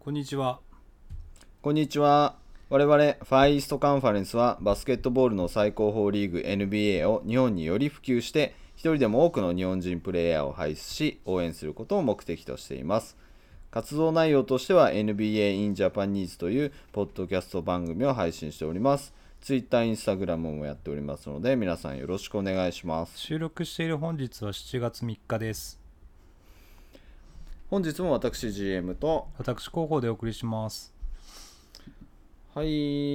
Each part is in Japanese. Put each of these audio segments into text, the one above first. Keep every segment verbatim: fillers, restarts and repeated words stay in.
こんにちは。 こんにちは。我々ファーイーストカンファレンスはバスケットボールの最高峰リーグ エヌビーエー を日本により普及して一人でも多くの日本人プレイヤーを輩出し応援することを目的としています。活動内容としては エヌビーエー in Japanese というポッドキャスト番組を配信しております。Twitter、Instagram もやっておりますので皆さんよろしくお願いします。 収録している本日はしちがつみっかです。 本日も私 ジーエム と私広報でお送りします。 はい、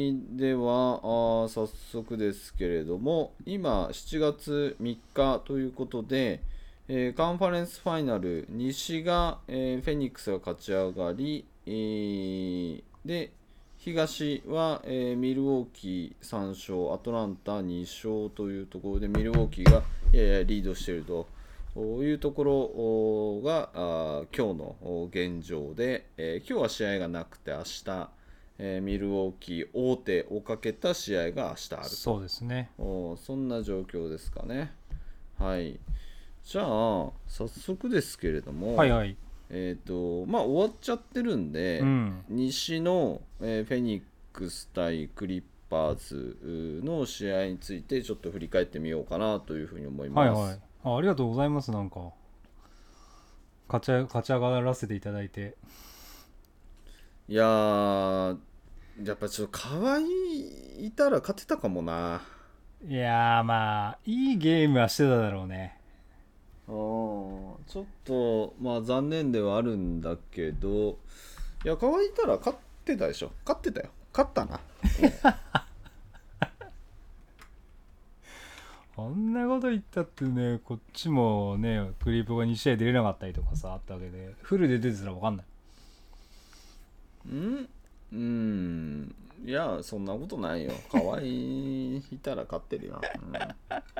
ではあ早速ですけれども、今しちがつみっかということで、えーカンファレンスファイナル西が、えーフェニックスが勝ち上がり、えーで東は、えーミルウォーキーさん勝アトランタに勝というところでミルウォーキーがややリードしているというところがあ今日の現状で、えー今日は試合がなくて明日えーミルウォーキー大手をかけた試合が明日あると。 そうですね。 おそんな状況ですかね。はい。じゃあ早速ですけれども、 はいはい。 えっ、とまあ終わっちゃってるんで、 うん。 西の、えーフェニックス対クリッパーズの試合についてちょっと振り返ってみようかなというふうに思います。 はいはい。あ、ありがとうございます。なんか勝ち勝ち上がらせていただいて。 いやーやっぱちょっと可愛いいたら勝てたかもな。 いやーまあいいゲームはしてただろうね。 あーちょっとまあ残念ではあるんだけど、いや河合いたら勝ってたでしょ。勝ってたよ。勝ったな。 こんなこと言ったってね、こっちもねクリープがに試合出れなかったりとかさあったわけで、フルで出てたら分かんない。 うんうんいやそんなことないよ。河合いたら勝ってるよ、うん、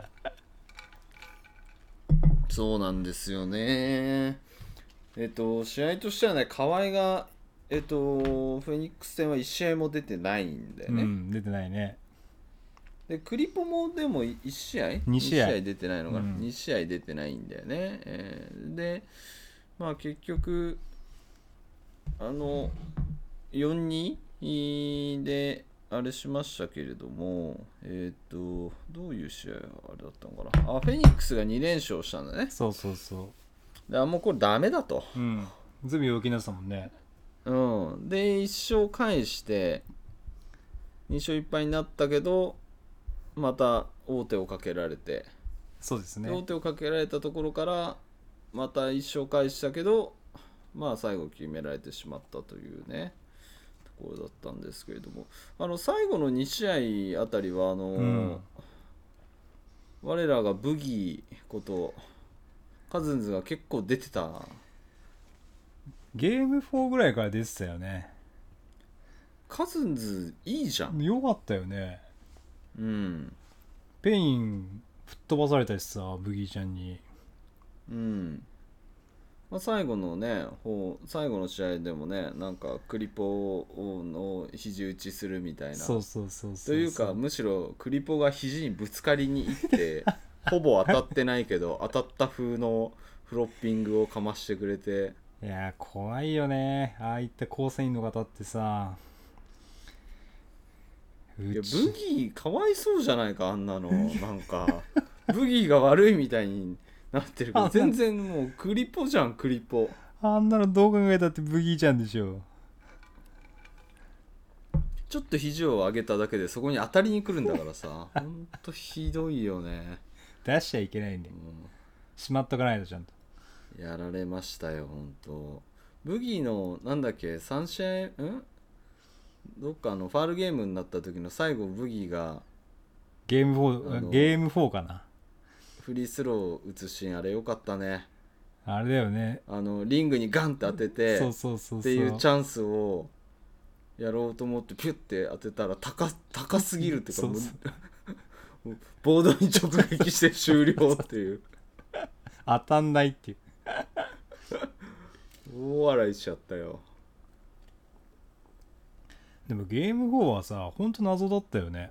そうなんですよね。えっと試合としてはね、河合がえっとフェニックス戦はいち試合も出てないんだよね。 うん、出てないね。 でクリポもでもいち試合に ?に試合。 試合出てないのかな、 うん。 に試合出てないんだよね、えーでまあ結局あのよんたいにであれしましたけれども、えっ、とどういう試合あれだったのかなあ、フェニックスがに連勝したんだね。 そうそうそであもうこれダメだと。 う。うん。ズビ陽気になってたもんね。 うんでいっ勝返してに勝いっ敗になったけどまた王手をかけられて、 そうですね。 で王手をかけられたところからまたいっ勝返したけど、まあ最後決められてしまったというねところだったんですけれども、あの最後のに試合あたりはあの、 うん。 我らがブギーことカズンズが結構出てた。 ゲームフォーぐらいから出てたよね。 カズンズいいじゃん。 よかったよね。 うんペイン吹っ飛ばされたしさ、ブギーちゃんに。 うんまあ、最後のねほう最後の試合でもねなんかクリポの肘打ちするみたいな、 そうそうそうそうそう。 というかむしろクリポが肘にぶつかりに行ってほぼ当たってないけど当たった風のフロッピングをかましてくれて、 いやー怖いよね。ああいった構成員の方ってさ。ういやブち。 ギーかわいそうじゃないかあんなの。なんかブギーが悪いみたいになってるけど全然もうクリポじゃんクリポ。 あんなのどう考えたってブギーちゃんでしょ。 ちょっと肘を上げただけでそこに当たりに来るんだからさほんとひどいよね。 出しちゃいけないんで。しまっとかないとちゃんと。 やられましたよほんと。ブギーのなんだっけさん試合んどっかのファールゲームになった時の最後ブギーがゲームあフォー、ゲのームフォーかな。 フリースローを打つシーンあれよかったね。 あれだよね。 あのリングにガンって当ててそうそうそうそう。 っていうチャンスをやろうと思ってピュッて当てたら高高すぎるっていうかそうもそううボードに直撃して終了っていう当たんないっていう。 大笑いしちゃったよ。 でもゲームフォーはさ、ほんと謎だったよね。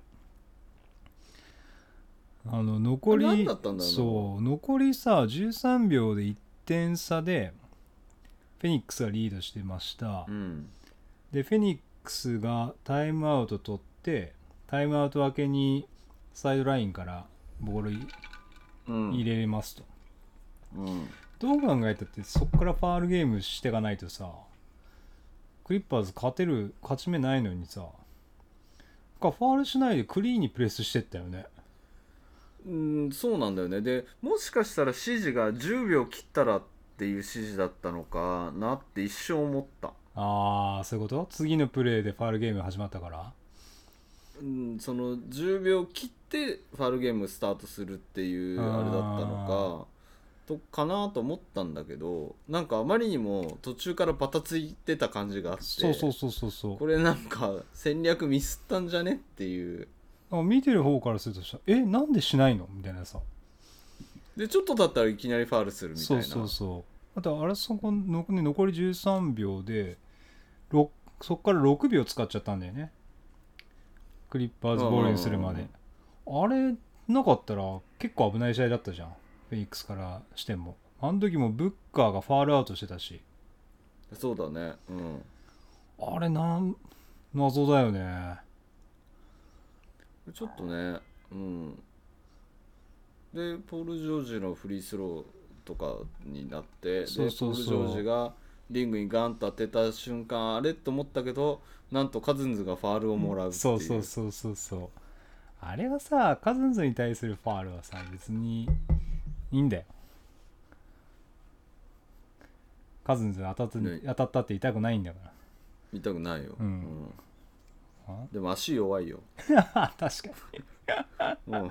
あの残何だりったんだろうな。 そう残りさじゅうさんびょうでいってん差でフェニックスがリードしてました。 うんでフェニックスがタイムアウト取ってタイムアウト明けにサイドラインからボールうん入れれますと、 うんどう考えたってそこからファールゲームしていかないとさ、クリッパーズ勝てる勝ち目ないのにさ、なんかファールしないでクリーンにプレスしてったよね。 うんそうなんだよね。でもしかしたら指示がじゅうびょう切ったらっていう指示だったのかなって一瞬思った。 ああそういうこと？次のプレーでファールゲーム始まったから。 うんそのじゅうびょう切ってファールゲームスタートするっていうあれだったのかとかなと思ったんだけど、なんかあまりにも途中からバタついてた感じがあって、 そうそうそうそうそう。 これなんか戦略ミスったんじゃねっていう。 見てる方からするとさ、えなんでしないのみたいなさ。 でちょっと経ったらいきなりファールするみたいな。 そうそうそう。あとあれそこの、ね、残りじゅうさんびょうでろくそこからろくびょう使っちゃったんだよね。クリッパーズボールにするまで。あれなかったら結構危ない試合だったじゃん。フェニックスからしても。あの時もブッカーがファールアウトしてたし。 そうだね。うんあれなん謎だよね。 ちょっとね。うんでポール・ジョージのフリースローとかになってそうそうそうでポール・ジョージがリングにガンと当てた瞬間あれと思ったけど、なんとカズンズがファールをもらうっていう。 そうそうそうそうそう。あれはさ、カズンズに対するファールはさ別にいいんだよ。カズンズ当たった、 ね、 当たったって痛くないんだから。 痛くないよ、 うんうん、でも足弱いよ確かにもう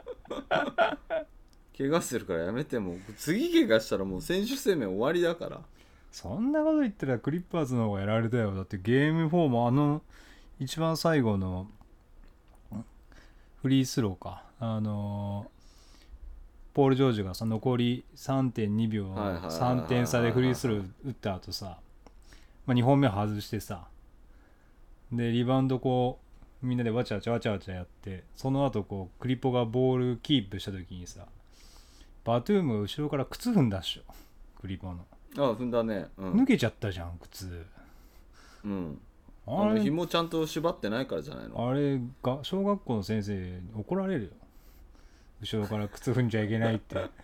怪我してるからやめて。もう次怪我したらもう選手生命終わりだから。 そんなこと言ったらクリッパーズの方がやられたよ。だってゲームフォーもあの一番最後のフリースローか、あのポール・ジョージがさ残り さんてんにびょうさんてん差でフリースロー打った後さ、まあ、にほんめ外してさ、でリバウンドこうみんなでわちゃわちゃわちゃわちゃやって、その後こうクリポがボールキープした時にさ、バトゥームが後ろから靴踏んだっしょ、クリポの。 ああ踏んだね、うん、 抜けちゃったじゃん靴。 うんあれあの紐ちゃんと縛ってないからじゃないの。 あれが小学校の先生に怒られるよ、後ろから靴踏んじゃいけないってあ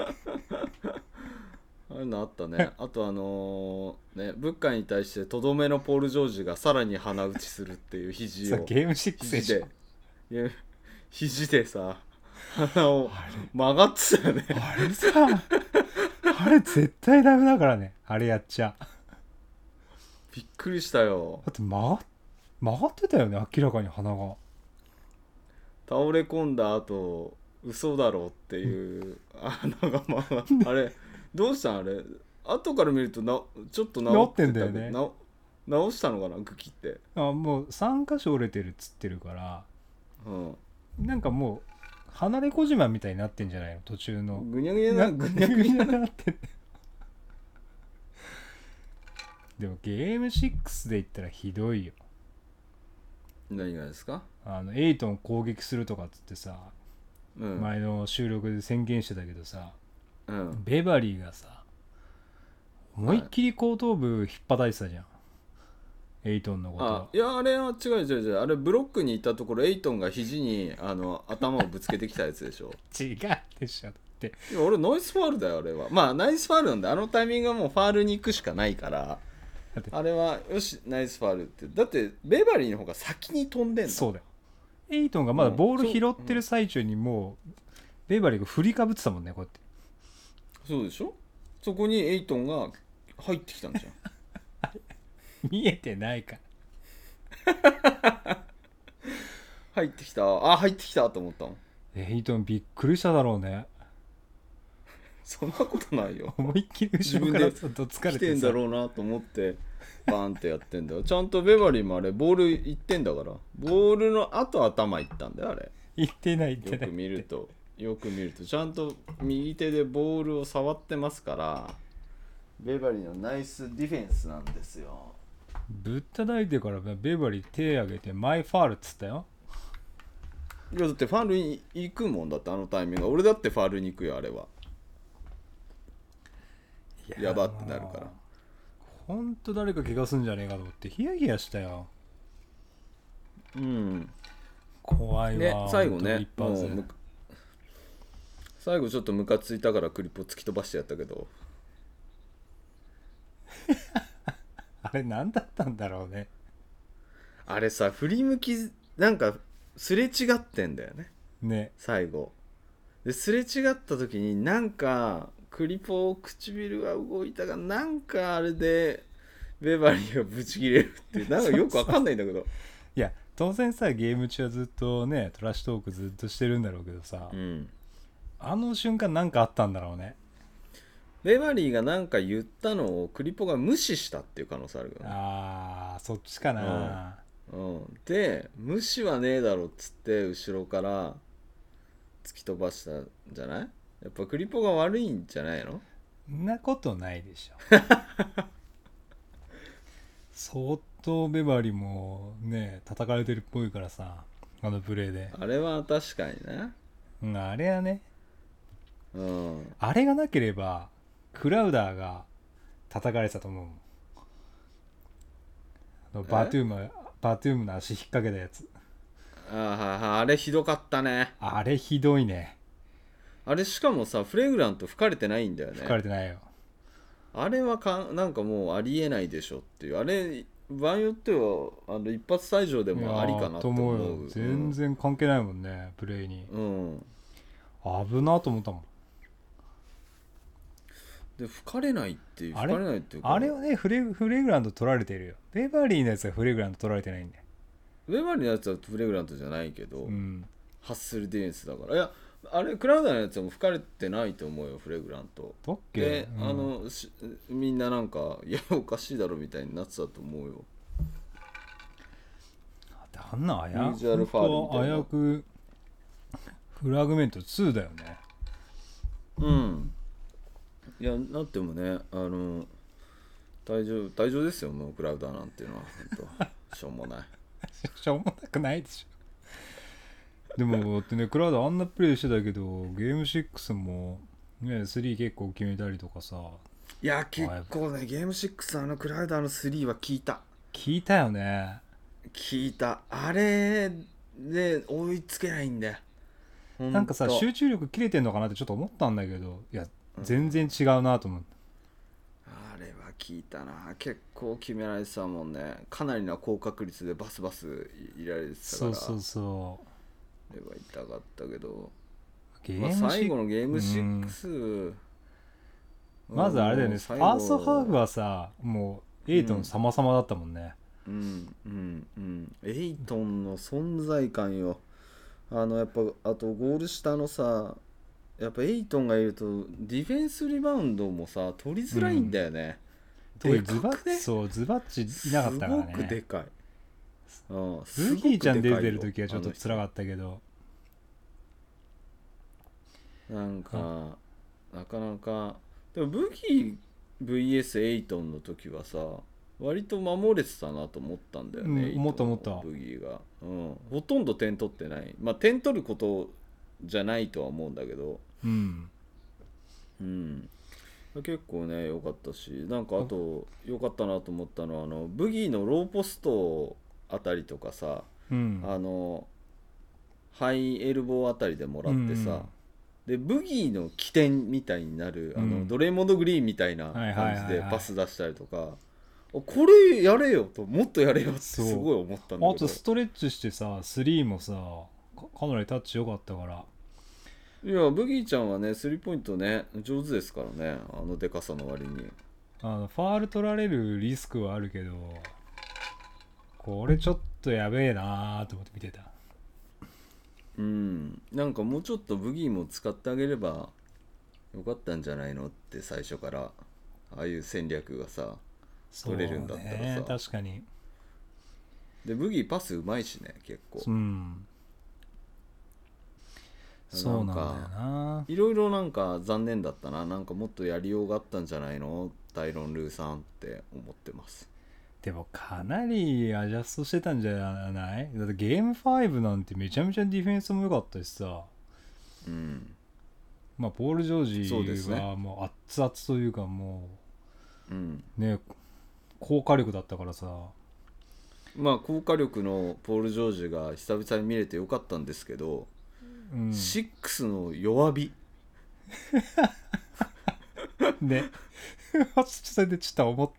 あいうのあったね。あとあのー、ねブッカーに対してとどめのポール・ジョージがさらに鼻打ちするっていう肘をゲームシックスでしょ。 肘で肘でさ鼻を曲がってたよね。 あれさあれ絶対ダメだからね、あれやっちゃ。 びっくりしたよ。 だって曲が曲がってたよね、明らかに鼻が。 倒れ込んだ後嘘だろうっていう鼻が曲がっあれどうしたんあれ。後から見るとなちょっと治ってたけど治ってんだよね。 な直したのかなグキって。 あもうさん箇所折れてるっつってるから、 うん、 なんかもう離れ小島みたいになってんじゃないの途中の。 ぐにゃぐにゃなぐにゃぐぐにゃにゃなってんでもゲームシックスで言ったらひどいよ。 何がですか。 あのエイトン攻撃するとかっつってさ、 うん、 前の収録で宣言してたけどさ、 うん、 ベバリーがさ思いっきり後頭部引っ叩いてたじゃん、エイトンのこと。 あいやあれは違う違う違う。あれブロックにいたところエイトンが肘にあの頭をぶつけてきたやつでしょ違うでしょ。だっていや俺ナイスファールだよあれは。まあナイスファールなんであのタイミングはもうファールに行くしかないから、 だってあれはよしナイスファールって。だってベバリーの方が先に飛んでんの。 そうだよ。エイトンがまだボール拾ってる最中にもうベバリーが振りかぶってたもんね、こうやって。 そうでしょ。そこにエイトンが入ってきたんじゃん見えてないか入ってきた。あ入ってきたと思ったもん。 ら。エイトンびっくりしただろうね。 そんなことないよ思いっきり後ろからさどつかれてさ来てんだろうなと思ってバーンってやってんだよ。ちゃんとベバリーもあれボールいってんだから、ボールの後頭いったんだよあれ。 言ってない言ってない。 よく見るとよく見るとちゃんと右手でボールを触ってますから、ベバリーのナイスディフェンスなんですよ。 ぶったたいてからベバリー手挙げてマイファールっつったよ。 いやだってファールに行くもんだって、あのタイミング。俺だってファールに行くよあれは。やばってなるから。 ほんと誰か怪我すんじゃねえかと思ってヒヤヒヤしたよ。 うん怖いわ、 ね最後ねほんと一発もうむ最後ちょっとムカついたからクリップを突き飛ばしてやったけど、 あれ何だったんだろうね。 あれさ振り向きなんかすれ違ってんだよねね最後ですれ違った時になんかクリポ唇が動いたがなんかあれでベバリーがブチ切れるっていうなんかよくわかんないんだけどいや当然さゲーム中はずっとねトラッシュトークずっとしてるんだろうけどさ、 うん、 あの瞬間なんかあったんだろうね。 ベバリーがなんか言ったのをクリポが無視したっていう可能性あるけどね。 あーそっちかな、 うん、で無視はねえだろっつって後ろから突き飛ばしたんじゃない？やっぱクリポが悪いんじゃないの？ んなことないでしょ相当ベバリーもね叩かれてるっぽいからさあのプレーで、 あれは確かにね。 うん、あれはねうん。 あれがなければクラウダーが叩かれてたと思うもん。あのバトゥームバトゥームの足引っ掛けたやつ、 あはいはいあれひどかったね。 あれひどいね。 あれしかもさフレグラント吹かれてないんだよね。 吹かれてないよ。 あれはかなんかもうありえないでしょっていうあれ場合によってはあの一発退場でもありかなと思う。 いやーと思うよ。全然関係ないもんね、プレーに。 うん、うん危なと思ったもん。 で吹かれないっていうあれ吹かれないっていうかあれはねフレフレグラント取られてるよ。ベバリーのやつがフレグラント取られてないんだよ。 ウェバリのやつはフレグラントじゃないけど、 うん、 ハッスルディフェンスだからいやあれクラウダーのやつはもう吹かれてないと思うよフレグラントだっけ、 で、 うん、 あのしみんななんかいやおかしいだろみたいになってたと思うよ。 あんなあやビジュアルファールみたいな危うくフラグメントツーだよね。 うんいやなってもねあの退場退場ですよもうクラウダーなんていうのは本当しょうもないしょうもなくないでしょでもだってねクラウドあんなプレイしてたけどゲームシックスもねスリー結構決めたりとかさ。 いや結構ねゲームシックスあのクラウダーのスリーは効いた聞いたよね。 効いたあれで追いつけないんだよ。 なんかさほんと集中力切れてんのかなってちょっと思ったんだけどいや全然違うなと思う、 あれは効いたな結構決められてたもんねかなりな高確率でバスバスいられてたからそうそうそあれは痛かったけど、 うゲーまあ、 ムシックス、 最後のゲームシックス、 うんまずあれだよねファーストハーフはさもうエイトン様々だったもんね。 うんうんうんエイトンの存在感よ。あのやっぱあとゴール下のさやっぱエイトンがいるとディフェンスリバウンドもさ取りづらいんだよね、 うん、 でズバッチそうズバッチいなかったからね。 すごくでかい、うん、 ブギーちゃん出てる時時はちょっと辛かったけどなんかなかなかでもブギー ブイエス エイトンの時はさ割と守れてたなと思ったんだよね、 うん、思った思ったブギーが、うん、ほとんど点取ってないまあ点取ることじゃないとは思うんだけどうんうん結構ね良かったしなんかあと良かったなと思ったのはあのブギーのローポストあたりとかさ、 うん、 あのハイエルボーあたりでもらってさ、でブギーの起点みたいになる、 うん、 あのドレイモンド・グリーンみたいなはいはい感じはいはいでパス出したりとか、これやれよともっとやれよってすそうごい思ったんだけどあとストレッチしてさスリーもさ か, かなりタッチ良かったから。 いやブギーちゃんはねスリーポイントね上手ですからねあのでかさの割にあのファール取られるリスクはあるけどこれちょっとやべえなーと思って見てた。 うんなんかもうちょっとブギーも使ってあげればよかったんじゃないのって最初からああいう戦略がさ取れるんだったらさ、 ね、確かに。 でブギーパスうまいしね結構うんそうなんだよな。 いろいろなんか残念だったななんかもっとやりようがあったんじゃないのタイロン・ルーさんって思ってます。 でもかなりアジャストしてたんじゃない？だってゲームファイブなんてめちゃめちゃディフェンスも良かったしさ、 うんまあポール・ジョージそうですねはもう熱々というかもうんうね高火力だったからさ。 まあ高火力のポール・ジョージが久々に見れてよかったんですけど、 うん、 ろくの弱火ねそれでちょっと思った。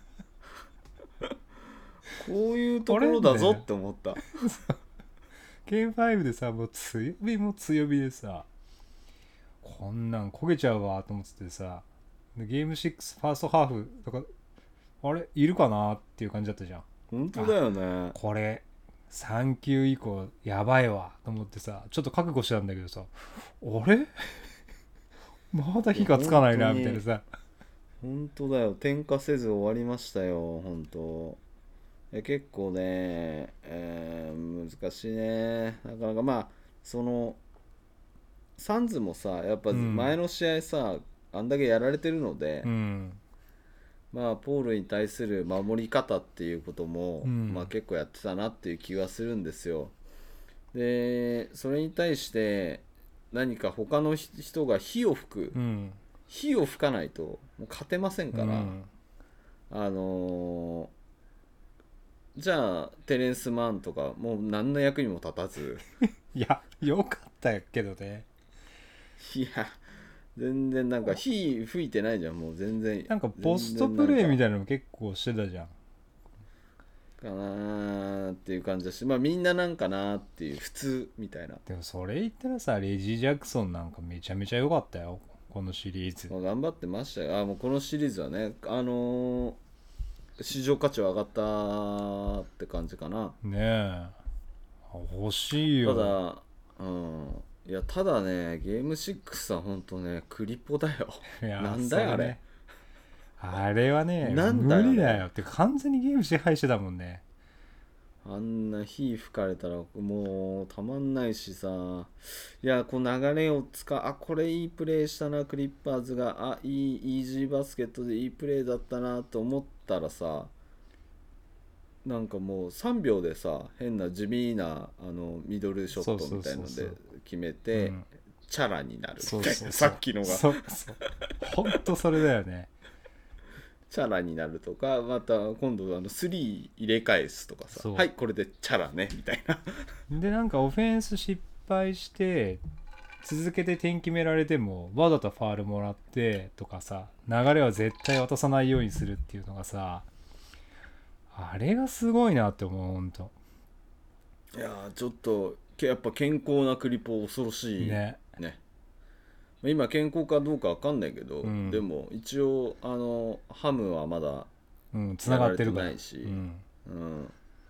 こういうところだぞって思った。 ゲームファイブでさ、もう強火も強火でさ、こんなん焦げちゃうわと思っててさ、でゲームシックスファーストハーフとか、あれいるかなっていう感じだったじゃん。 本当だよね。 これさん級以降やばいわと思ってさ、ちょっと覚悟したんだけどさ、あれまだ火がつかないなみたいなさ。 本当だよ、点火せず終わりましたよ本当。え結構ね、えー難しいね。なかなかまあそのサンズもさやっぱ前の試合さ、あんだけやられてるので、 うん、 まあポールに対する守り方っていうことも、 うんまあ、結構やってたなっていう気はするんですよ。でそれに対して何か他の人が火を吹く、 うん、 火を吹かないともう勝てませんから、 うん、 あのーじゃあテレンス・マンとかもう何の役にも立たずいやよかったけどね。 いや全然なんか火吹いてないじゃんもう全然。 なんかポストプレイみたいなのも結構してたじゃん。 かなーっていう感じだし、まあみんななんかなーっていう普通みたいな。 でもそれ言ったらさ、レジー・ジャクソンなんかめちゃめちゃ良かったよこのシリーズ。 まあ、頑張ってましたよ。あもうこのシリーズはね、あのー市場価値は上がったって感じかな。 ねえ、欲しいよ。 ただ、うん、いやただねゲームシックスはほんとねクリポだよ。 いやなんだよあれ、 ね、あれはねなんだよ無理だよって完全にゲーム支配してたもんね。 あんな火吹かれたらもうたまんないしさ。いやこの流れを使う、あこれいいプレーしたなクリッパーズが、あいいイージーバスケットでいいプレーだったなと思ったらさ、なんかもうさんびょうでさ変な地味なあのミドルショットみたいので決めて、うん、チャラになるみたいな、さっきのがそうそうほんとそれだよね。 チャラになるとか、また今度あのスリー入れ返すとかさ、はいこれでチャラねみたいなでなんかオフェンス失敗して続けて点決められてもわざとファールもらってとかさ、流れは絶対渡さないようにするっていうのがさ、あれがすごいなって思う。ほんといやちょっとやっぱ健康なクリポ恐ろしいね。 ね今健康かどうかわかんないけど、うん、でも一応あのハムはまだつながってるからないし、うんうん、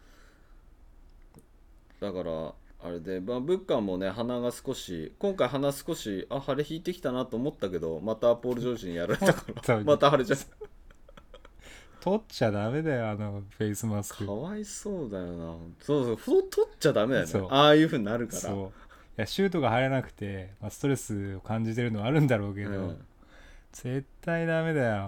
だからあれで、まあ、ブッカーもね鼻が少し今回鼻少しあ腫れ引いてきたなと思ったけどまたポール・ジョージにやられたからまた腫れちゃった取っちゃダメだよあのフェイスマスク。 かわいそうだよな。そうそう取っちゃダメだよね、ああいう風になるから。そういやシュートが入らなくて、まあ、ストレスを感じてるのはあるんだろうけど、うん、絶対ダメだよ。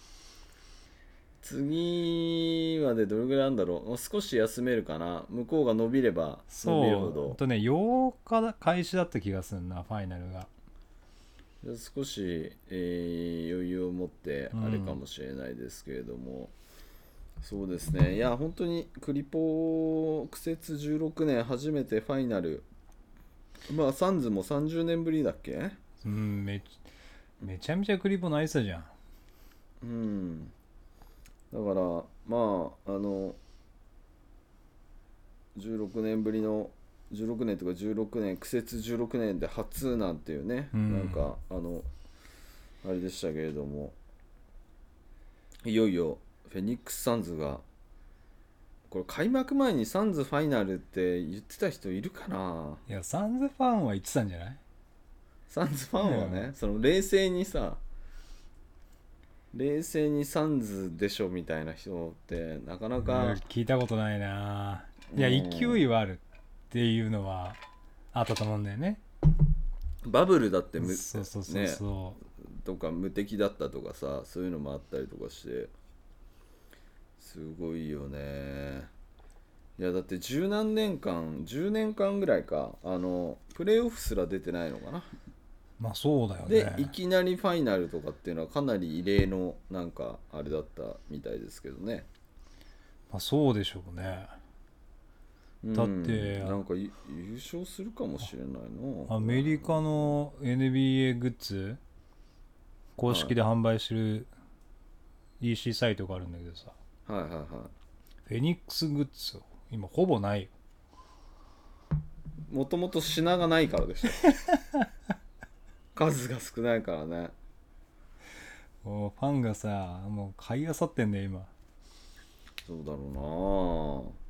次までどれぐらいあるんだろう。少し休めるかな。向こうが伸びれば伸びるほど。 そうとねようか開始だった気がするなファイナルが。 少し、えー、余裕を持ってあれかもしれないですけれども、うん、そうですね。いや本当にクリポ苦節じゅうろくねん初めてファイナル。まあサンズもさんじゅうねんぶりだっけ。 うんめめちゃめちゃクリポナイスじゃん。 うんだからまああのじゅうろくねんぶりのじゅうろくねんとかじゅうろくねん苦節じゅうろくねんで初なんていうね、うん、なんかあのあれでしたけれども、いよいよフェニックスサンズがこれ開幕前にサンズファイナルって言ってた人いるかな。 いやサンズファンは言ってたんじゃない。 サンズファンはね、うん、その冷静にさ冷静にサンズでしょみたいな人ってなかなか聞いたことないな。いや勢いはあるっていうのはあったと思うんだよね。 バブルだってむそうそうそうそう、 ね、とか無敵だったとかさそういうのもあったりとかしてすごいよね。いやだって十何年間じゅうねんかんぐらいかあのプレーオフすら出てないのかな。 まあそうだよでね。 いきなりファイナルとかっていうのはかなり異例のなんかあれだったみたいですけどね。 まあそうでしょうね。 うだっん、 てなんか優勝するかもしれないな。 アメリカの エヌビーエー グッズ公式で販売してる イーシー サイトがあるんだけどさ、 はいはいはい。 フェニックスグッズ今ほぼないよ。 もともと品がないからでしょ。数が少ないからね。 もうファンがさもう買い漁ってんだよ今。 そうだろうな。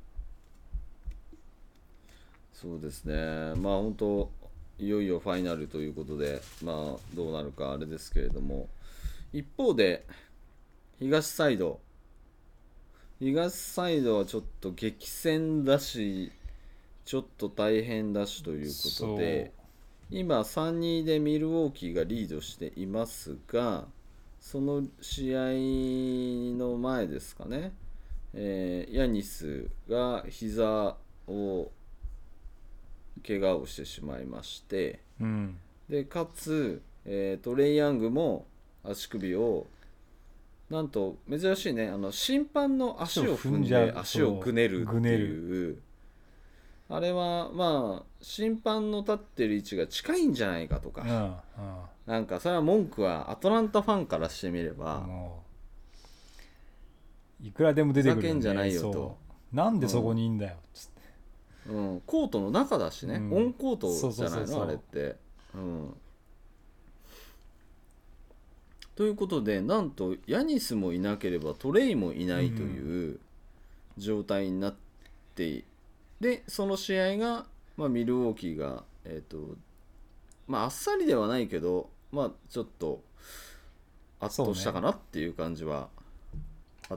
そうですね。まあ本当いよいよファイナルということで、まあどうなるかあれですけれども、一方で東サイド、東サイドはちょっと激戦だし、ちょっと大変だしということで、今さんたいにでミルウォーキーがリードしていますが、その試合の前ですかね、えーヤニスが膝を怪我をしてしまいまして、 うん、 でかつ、えートレイ・ヤングも足首をなんと珍しいね、あの審判の足を踏んで足をぐねるっていう、あれはまあ審判の立ってる位置が近いんじゃないかとか、 うんうん、 なんかそれは文句はアトランタファンからしてみればもういくらでも出てくるよね。 ふざけんじゃないよと、 そうなんでそこにいんだよつって、 うん、コートの中だしね、 うんオンコートじゃないのそうそうそうそうあれって、うん、ということでなんとヤニスもいなければトレイもいないという状態になってでその試合が、まあ、ミルウォーキーがえっ、とまああっさりではないけどまあちょっと圧倒したかなっていう感じはあって、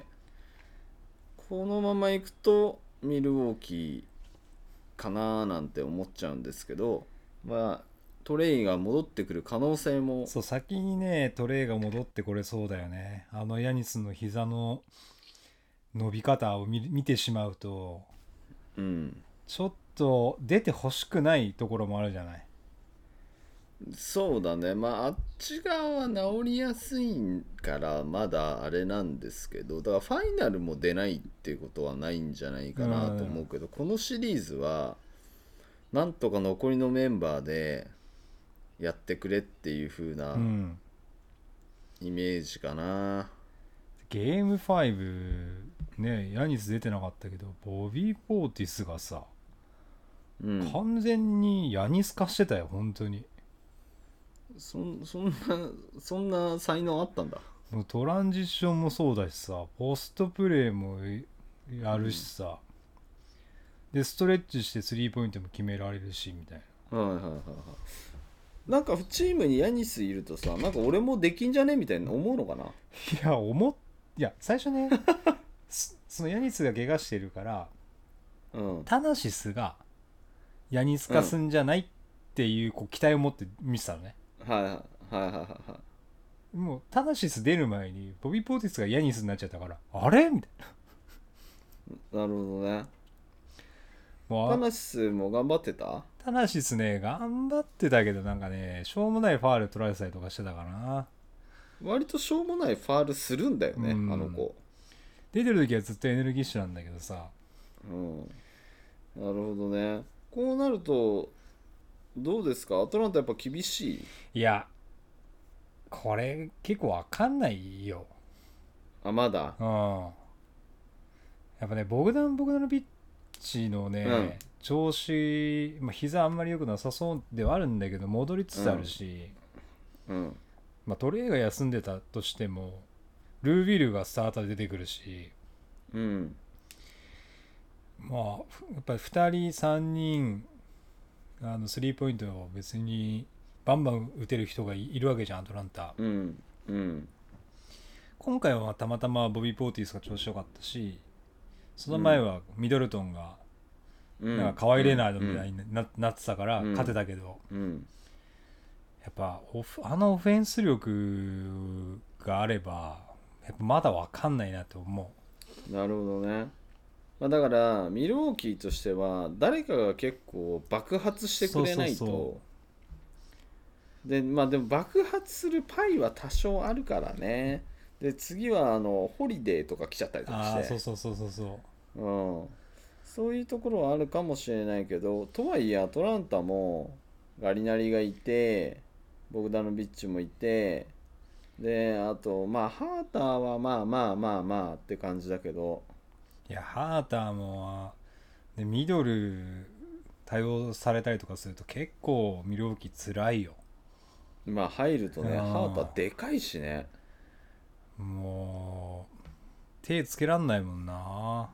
このままいくとミルウォーキーかななんて思っちゃうんですけど、まあトレイが戻ってくる可能性も、 そう先にねトレイが戻ってこれそうだよね。あのヤニスの膝の伸び方を 見, 見てしまうとうん、 ちょっと出てほしくないところもあるじゃない。 そうだね、まああっち側は治りやすいからまだあれなんですけど、だからファイナルも出ないっていうことはないんじゃないかなと思うけど、このシリーズはなんとか残りのメンバーでやってくれっていう風なうんイメージかな。 ゲームファイブねヤニス出てなかったけどボビー・ポーティスがさ、 うん、 完全にヤニス化してたよ本当に。 そそんなそんな才能あったんだ。 もうトランジションもそうだしさポストプレーもやるしさ、うん、でストレッチしてスリーポイントも決められるしみたいな。はいはいはいはい。なんかチームにヤニスいるとさ、なんか俺もできんじゃねみたいな思うのかな。 いや思っいや最初ねそのヤニスが怪我してるから、 うん、 タナシスがヤニス化すんじゃないっていうこう期待を持って見てたのね。 はいはいはいはいはい。 もうタナシス出る前にボビー・ポーティスがヤニスになっちゃったからあれみたいな。なるほどね。 な。 タナシスも頑張ってた？ タナシスね頑張ってたけどなんかねしょうもないファール取られたりとかしてたかな。 割としょうもないファールするんだよね、 うん、 あの子。 出てる時はずっとエネルギッシュなんだけどさ。 うん。なるほどね。こうなるとどうですか？アトランタやっぱ厳しい？ いやこれ結構わかんないよ。 あ、まだ。 うん。やっぱねボグダン・ボグダノビッチのね、うん、調子、まあ、膝あんまり良くなさそうではあるんだけど戻りつつあるし、 うん、うん、まあ、トレイが休んでたとしてもルービルがスターターで出てくるし、 うん、 まあやっぱりふたりさんにんあのスリーポイントを別にバンバン打てる人がいるわけじゃんアトランタ、 うんうん、 今回はたまたまボビー・ポーティスが調子良かったしその前はミドルトンがなんかカワイ・レナードみたいに な,、なってたから勝てたけど、 うんうん、 やっぱオフあのオフェンス力があればやっぱまだ分かんないなと思う。なるほどね。まあ、だからミルウォーキーとしては誰かが結構爆発してくれないと。そうそうそうでまあでも爆発するパイは多少あるからね。で次はあのホリデーとか来ちゃったりとかしああ、そうて、 そうそうそうそうん、そういうところはあるかもしれないけど、とはいえアトランタもガリナリがいて、ボグダノビッチもいて、であとまあハーターはまあまあまあまあって感じだけど、 う。いや、ハーターも、でミドル対応されたりとかすると結構ミルウォーキーつらいよ。 まあ入るとね、ハーターうでかいしね。 ん、もう手つけらんないもんな。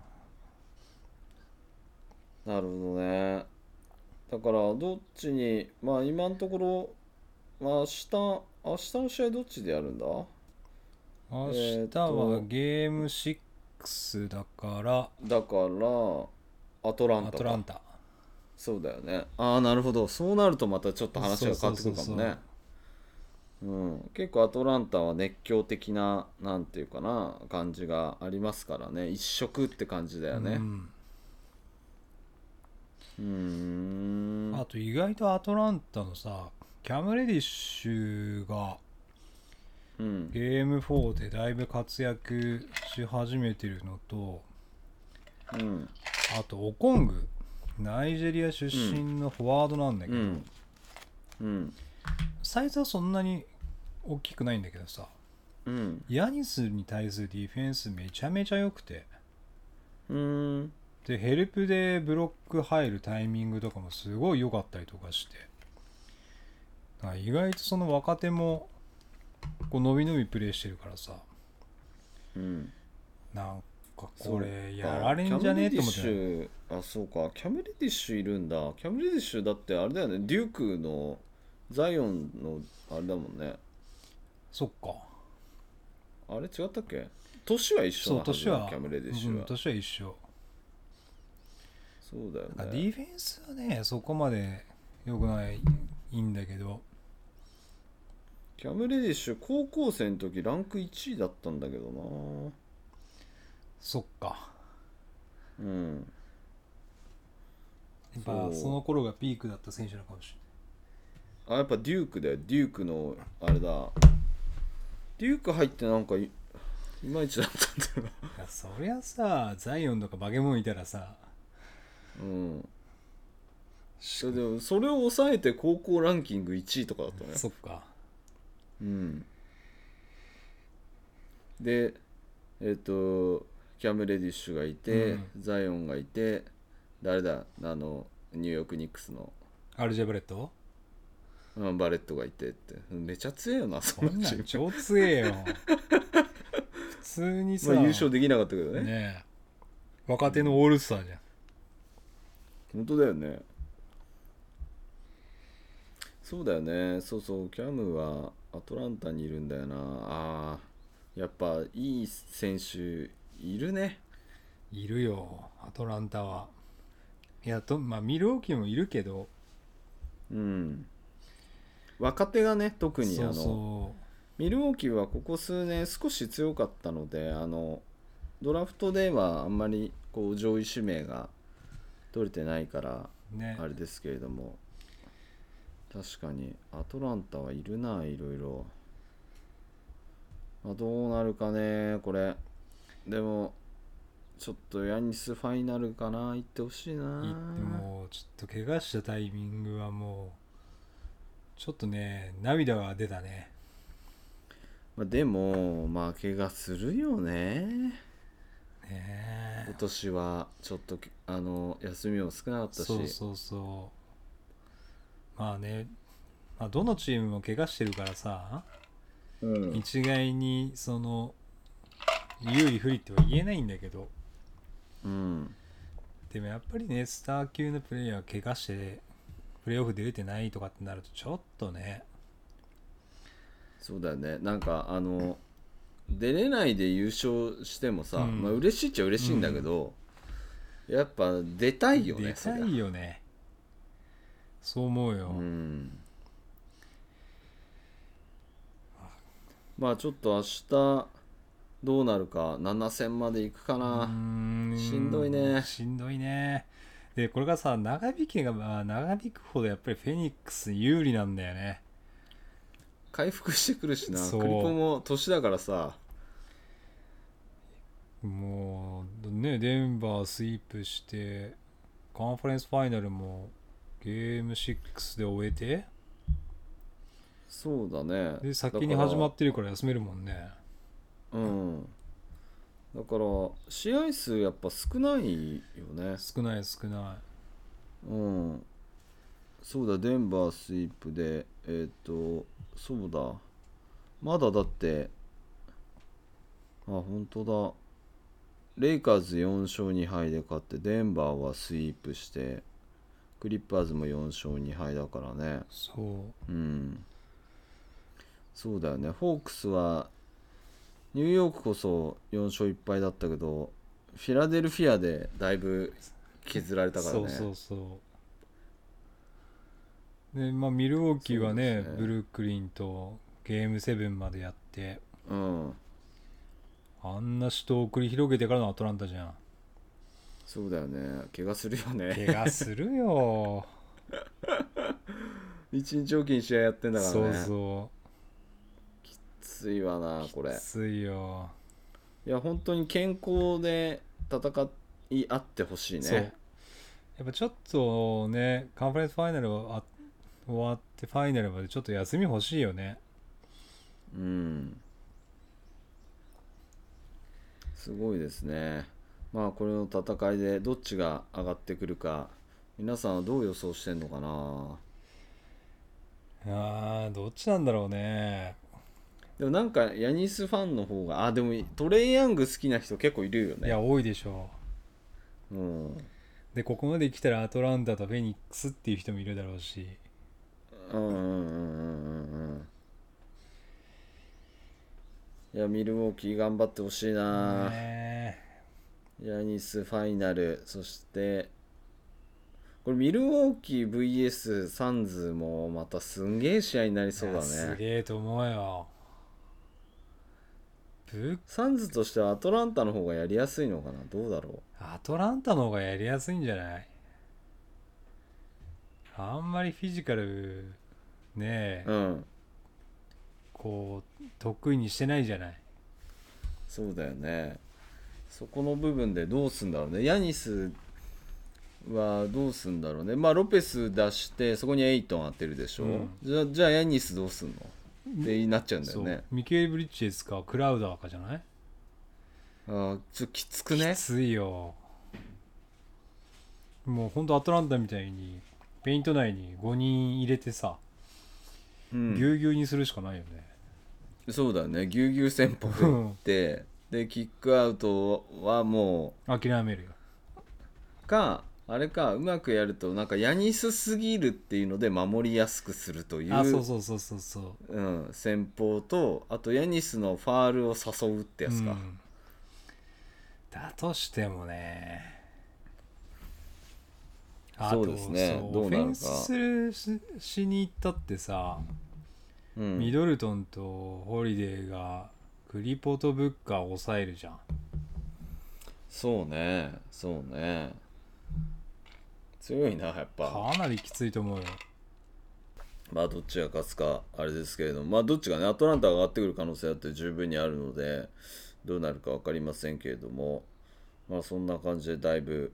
なるほどね。だからどっちに、まあ今のところ、まあ明日、明日の試合どっちでやるんだ。 明えーっ日はと、 ゲームシックスだからだからアトランアタか。 トランタ。 そうだよね。ああ、なるほど。そうなるとまたちょっと話そうそうが変わってくそうそう。 るかもね。うん、結構アトランタは熱狂的な、なんていうかな、感じがありますからね。一色って感じだうよね。 ん。 うーん。 あと意外とアトランタのさ、キャム・レディッシュがうん。 ゲームフォーでだいぶ活躍し始めてるのと、 うん。 あとオコング、ナイジェリア出身のフォワードなんだけど、 うん。うん。 サイズはそんなに大きくないんだけどさ、 うん。 ヤニスに対するディフェンスめちゃめちゃ良くて、 うーん。 でヘルプでブロック入るタイミングとかもすごい良かったりとかして、だから意外とその若手もこう伸び伸びプレーしてるからさ、 うん。 なんかそうこれやか。 られんじゃねえと思ってキャム・レディッシュ、あ、そうか。キャム・レディッシュいるんだ。キャム・レディッシュだってあれだよね。デュークのザイオンのあれだもんね。 そっか。 あれ違ったっけ？年は一緒そうなはずだよ、 年はキャム・レディッシうん、 ュは。 年は一緒。 そうだよなんかデね。 ィフェンスはねそこまで良くないいいんだけど、 キャム・レディッシュ高校生の時ランクいちいだったんだけどな。 そっか。 うん。 やっぱそその頃がピークだった選手なのかもしう。あ、やっぱデュークだよ。デュークのあれだ。デューク入ってなんかい、いまいちだったんだよな。 れない。いやそりゃさ、ザイオンとかバケモンいたらさ、 うん。 しそれでそれを抑えて高校ランキングいちいとかだったね。 そっか。 うん。で、えっ、と、キャム・レディッシュがいて、 うんザイオンがいて、誰だ、あの、ニューヨーク・ニックスの、 アルジェブレットうん、バレットがいてって。めちゃ強えよな、そこんなのチーム。 ん超強えよ。普通にさ、 まあ優勝できなかったけどね。 ねえ、若手のオールスターじゃん。 本当だよね。そうだよね。そうそう、キャムはアトランタにいるんだよな。あー、やっぱいい選手いるね。 いるよアトランタは。いやとまあミルウォーキーもいるけど、 うん。若手がね、特にそうあの、 そミルウォーキーはここ数年少し強かったので、あの、ドラフトではあんまりこう上位指名が取れてないからうね。 あれですけれども、確かにアトランタはいるな、いろいろ。まあ、どうなるかね、これ。でも、ちょっとヤニスファイナルかな、行ってほしいな。 いってもうちょっと怪我したタイミングはもうちょっとね涙が出たね。 まあ、でも、まあ、怪我するよね。 ねえ、 今年はちょっとあの休みも少なかったし。 そうそうそう。まあね、まあ、どのチームも怪我してるからさ、 うん、 一概にその有利不利っては言えないんだけど、 うん、 でもやっぱりねスター級のプレイヤーが怪我してプレーオフ出れてないとかってなるとちょっとね。 そうだよね。なんかあの出れないで優勝してもさ、 うん、 まあ嬉しいっちゃ嬉しいんだけど、うん、やっぱ出たいよね。 出たいよね。そう思うよ。 うん。まあちょっと明日どうなるか。なな戦まで行くかな。 うーん、 しんどいね。 しんどいね。でこれがさ長引けば長引くほどやっぱりフェニックス有利なんだよね。 回復してくるしな。 そうクリポも年だからさ。 もうねデンバースイープしてカンファレンスファイナルもゲームシックスで終えて、 そうだね。 で先に始まってるから休めるもんね。 うん。だから試合数やっぱ少ないよね。 少ない少なうん。そうだ、デンバースイープで、えっと、そうだ。まだだって、あ、本当だ。レイカーズよん勝に敗で勝って、デンバーはスイープして、クリッパーズもよん勝に敗だからね。 い。そうん。そうだよね。ホークスは、ニューヨークこそよん勝いっ敗だったけど、フィラデルフィアでだいぶ削られうたからね。 そうそうそうで、まあ、ミルウォーキーはねそうですねブルックリンとゲームセブンまでやって、 うん。 あんな死闘を繰り広げてからのアトランタじゃん。 そうだよね。怪我するよね。 怪我するよ一日おきに試合やってんだからね。 そうそきついわな、これ。 うきついよ。 いや、本当に健康で戦い合ってほしいそうやね。 っぱちょっとねカンファレンスファイナルは終わってファイナルまでちょっと休み欲しいよね。 うん。すごいですね。まあ、これの戦いでどっちが上がってくるか、皆さんはどう予想してんのかな。 あーどっちなんだろうね。 でもなんか、ヤニスファンの方が、あ、でもトレイヤング好きな人結構いるよね。 いや多いでしょうん。 う。でここまで来たらアトランタとフェニックスっていう人もいるだろうし。 うんうんうんうんうんうん。いや、ミルウォーキー頑張ってほしいな。 ねヤニスファイナル、そしてこれミルウォーキー ブイエス サンズもまたすんげえ試合になりえそうだすね。 げえと思うよ。ブサンズとしてはアトランタの方がやりやすいのかな、どうだろアトランタの方がやりやすいんじゃない？あんまりフィジカルねえう。うん、 こう得意にしてないじゃない。 そうだよね。そこの部分でどうすんだろうね。ヤニスはどうすんだろうね。まあロペス出してそこにエイトン当てるでしょ、うん、じゃじゃあヤニスどうすんのってなっちゃうんだよね。 ミケル・ブリッジェスかクラウダーかじゃない？ あ、ちょっときつくね。 きついよ。もうほんとアトランタみたいにペイント内にごにん入れてさ、 うん、 ぎゅうぎゅうにするしかないよね。 そうだね、ぎゅうぎゅう戦法でってでキックアウトはもう諦めるよか、あれか、うまくやるとなんかヤニスすぎるっていうので守りやすくするという、 あそうそうそうそうそう、 うん、戦法と、あとヤニスのファールを誘うってやつか、うん、 だとしてもね、 そうですね、どうなるか。オフェンスしに行ったってさ、うん、ミドルトンとホリデーがクリポとブッカーを抑えるじゃん。 そうね、そうね、強いな、やっぱかなりきついと思うよ。 まあどっちが勝つかあれですけれども、まあどっちがね、アトランタが上がってくる可能性だって十分にあるので、どうなるか分かりませんけれども、まあそんな感じでだいぶ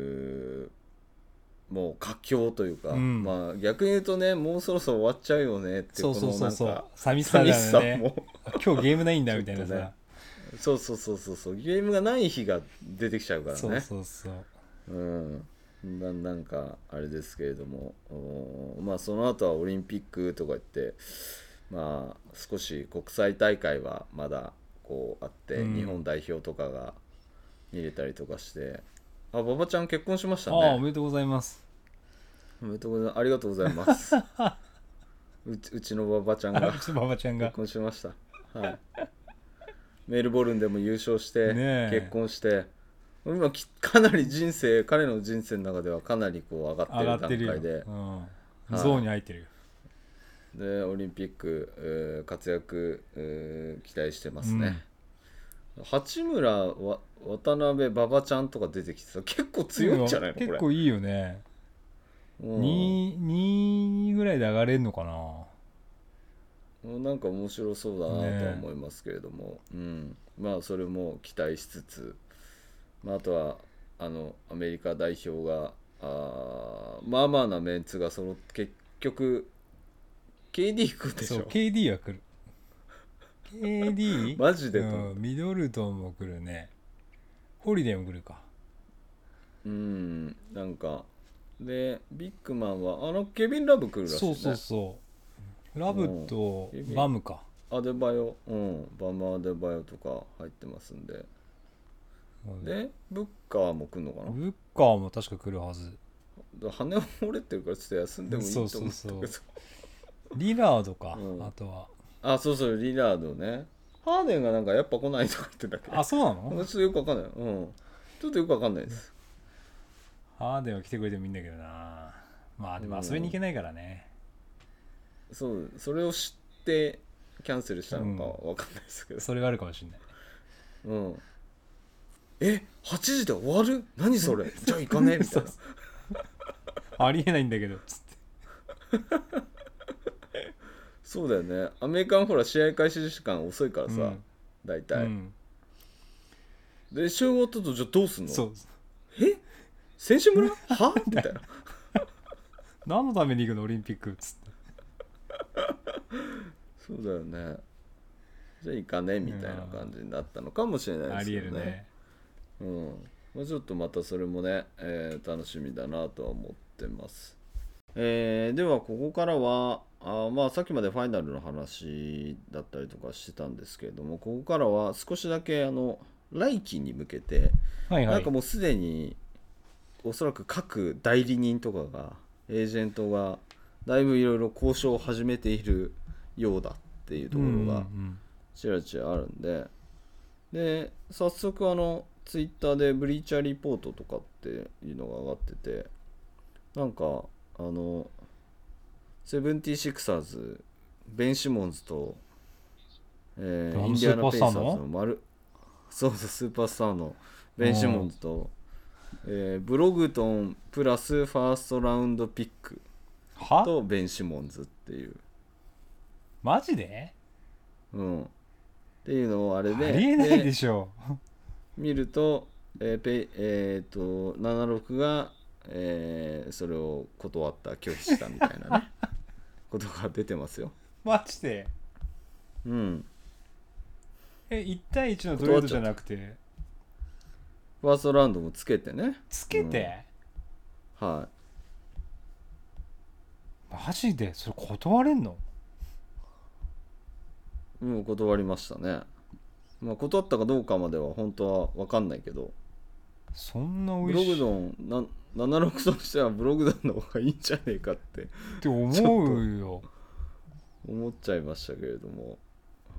もう佳境というか、うん、まあ逆に言うとね、もうそろそろ終わっちゃうよねって、 そうそうそうそう、寂しさだよね。も今日ゲームないんだみたいなさ、ね、 そうそうそうそうそう、ゲームがない日が出てきちゃうからね。 そうそうそう、 うんな、なんかあれですけれども、まあその後はオリンピックとか言って、まあ少し国際大会はまだこうあって、うん、日本代表とかが見れたりとかして、あ、馬場ちゃん結婚しましたね。 あ、おめでとうございます。 おめでとうございます。ありがとうございます。うち、うちの馬場ちゃんがうちの馬場ちゃんが結婚しました。はい。メルボルンでも優勝して結婚して、今かなり人生、彼の人生の中ではかなりこう上がってる段階で、 うん、はい、ゾーンに入ってるよ。 でオリンピック、えー、活躍、えー、期待してますね。うん、八村わ渡辺馬場ちゃんとか出てきてさ、結構強いんじゃないのこれ。 結構いいよね。に, にぐらいで上がれるのかな。 なんか面白そうだなとは思いますけれども、ね、うん、まあそれも期待しつつ、まあ、あとはあのアメリカ代表があまあまあなメンツが揃って結局 ケーディー 来るでしょ。 そう ケーディー は来る。 ケーディーマジでと思っうん、 て、 ミドルトンも来るね。ホリデーも来るか。 うんなんかでビッグマンはあのケビン・ラブ来るらしいね。 そうそうそうラブとうんバムか。 アデバヨ、うん、バムアデバヨとか入ってますんで、でブッカーも来るのかな。 ブッカーも確か来るはず。 羽折れてるからちょっと休んでもいいと思ったけど。 そうそうそうリラードか、 うん、 あとは。 あ、そうそう、リラードね。ハーデンがなんかやっぱ来ないとか言ってたけど。 あ、そうななんかの？ ちょっとよくわかんない。うん。ちょっとよくわかんないです。 ハーデンは来てくれてもいいんだけどな。まあでも遊びに行けないからね。 そう、それを知ってキャンセルしたのかはわかんないですけど。 それがあるかもしれない。 うん。え、はちじで終わる？何それ？じゃあ行かねみたいな。 ありえないんだけどつって。 そうだよね。アメリカンほら試合開始時間遅いからさ、 うん、 大体。 うん、 で、試合終わったとじゃあどうすんの？ そう。 え？選手村？は？みたいな。 何のために行くのオリンピックつって。 そうだよね。じゃあ行かねみたいな感じになったのかもしれないですよね。 ありえるね。 うん。まあ、ちょっとまたそれもね、えー楽しみだなとは思ってます。えーではここからはあまあさっきまでファイナルの話だったりとかしてたんですけれども、ここからは少しだけあの来季に向けて、 はいはい。 なんかもうすでにおそらく各代理人とかがエージェントがだいぶいろいろ交渉を始めているようだっていうところがちらちらあるんで、で早速あのツイッターでブリーチャーリポートとかっていうのが上がってて、なんかあのセブンティシクサーズベン・シモンズと、えーインディアナ・ペイサーズの丸そうそうスーパースターのベン・シモンズと、えーブログトンプラスファーストラウンドピックはとベン・シモンズっていう、 マジでうん、っていうのをあれでありえないでしょ。 見ると、えーペイえー、とななじゅうろくが、えーそれを断った拒否したみたいなねことが出てますよ。 マジでうん。 えいち対いちのトレードじゃなくてファーストラウンドもつけてね。 つけて、 うん、はい。 マジでそれ断れんの？ もう断りましたね。まあ、断ったかどうかまでは本当は分かんないけど、 そんな美ブロ味しいグドンなななじゅうろくとしてはブログドンの方がいいんじゃねえかってって思うよ。 思っちゃいましたけれども、うん、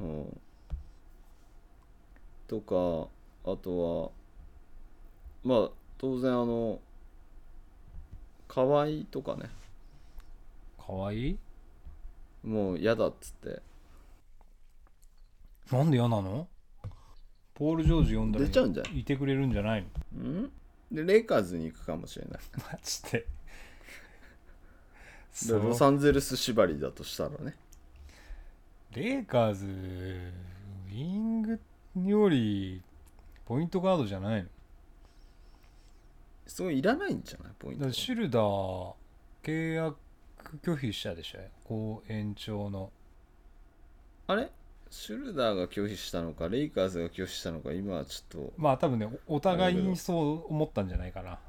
とかあとはまあ当然あの河合とかね、 かわいい？ もう嫌だっつって、 なんで嫌なの？ポール・ジョージ呼んだら出ちゃうんじゃないいてくれるんじゃないの？ んでレイカーズに行くかもしれない。 マジででロサンゼルス縛りだとしたらね。 レイカーズウィングよりポイントガードじゃないの？ そういらないんじゃないポイントだってシュルダー契約拒否したでしょ、こう延長の。 あれシュルダーが拒否したのかレイカーズが拒否したのか今はちょっと。 まあ多分ねお互いにそう思ったんじゃないかな。